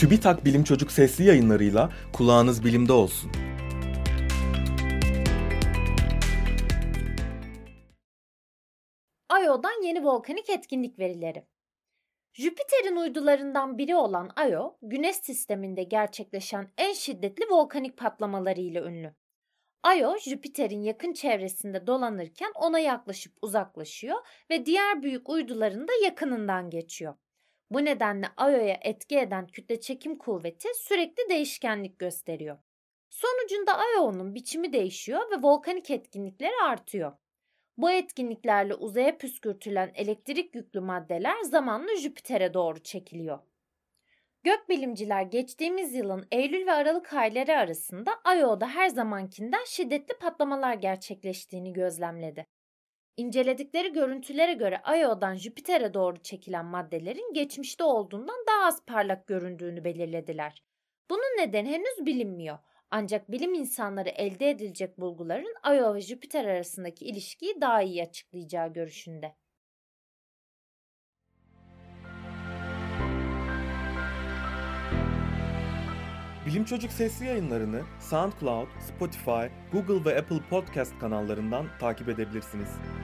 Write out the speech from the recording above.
TÜBİTAK Bilim Çocuk sesli yayınlarıyla kulağınız bilimde olsun. Io'dan yeni volkanik etkinlik verileri. Jüpiter'in uydularından biri olan Io, Güneş sisteminde gerçekleşen en şiddetli volkanik patlamalarıyla ünlü. Io, Jüpiter'in yakın çevresinde dolanırken ona yaklaşıp uzaklaşıyor ve diğer büyük uyduların da yakınından geçiyor. Bu nedenle Io'ya etki eden kütle çekim kuvveti sürekli değişkenlik gösteriyor. Sonucunda Io'nun biçimi değişiyor ve volkanik etkinlikleri artıyor. Bu etkinliklerle uzaya püskürtülen elektrik yüklü maddeler zamanla Jüpiter'e doğru çekiliyor. Gökbilimciler geçtiğimiz yılın Eylül ve Aralık ayları arasında Io'da her zamankinden şiddetli patlamalar gerçekleştiğini gözlemledi. İnceledikleri görüntülere göre Io'dan Jüpiter'e doğru çekilen maddelerin geçmişte olduğundan daha az parlak göründüğünü belirlediler. Bunun nedeni henüz bilinmiyor. Ancak bilim insanları elde edilecek bulguların Io ve Jüpiter arasındaki ilişkiyi daha iyi açıklayacağı görüşünde. Bilim Çocuk sesli yayınlarını SoundCloud, Spotify, Google ve Apple Podcast kanallarından takip edebilirsiniz.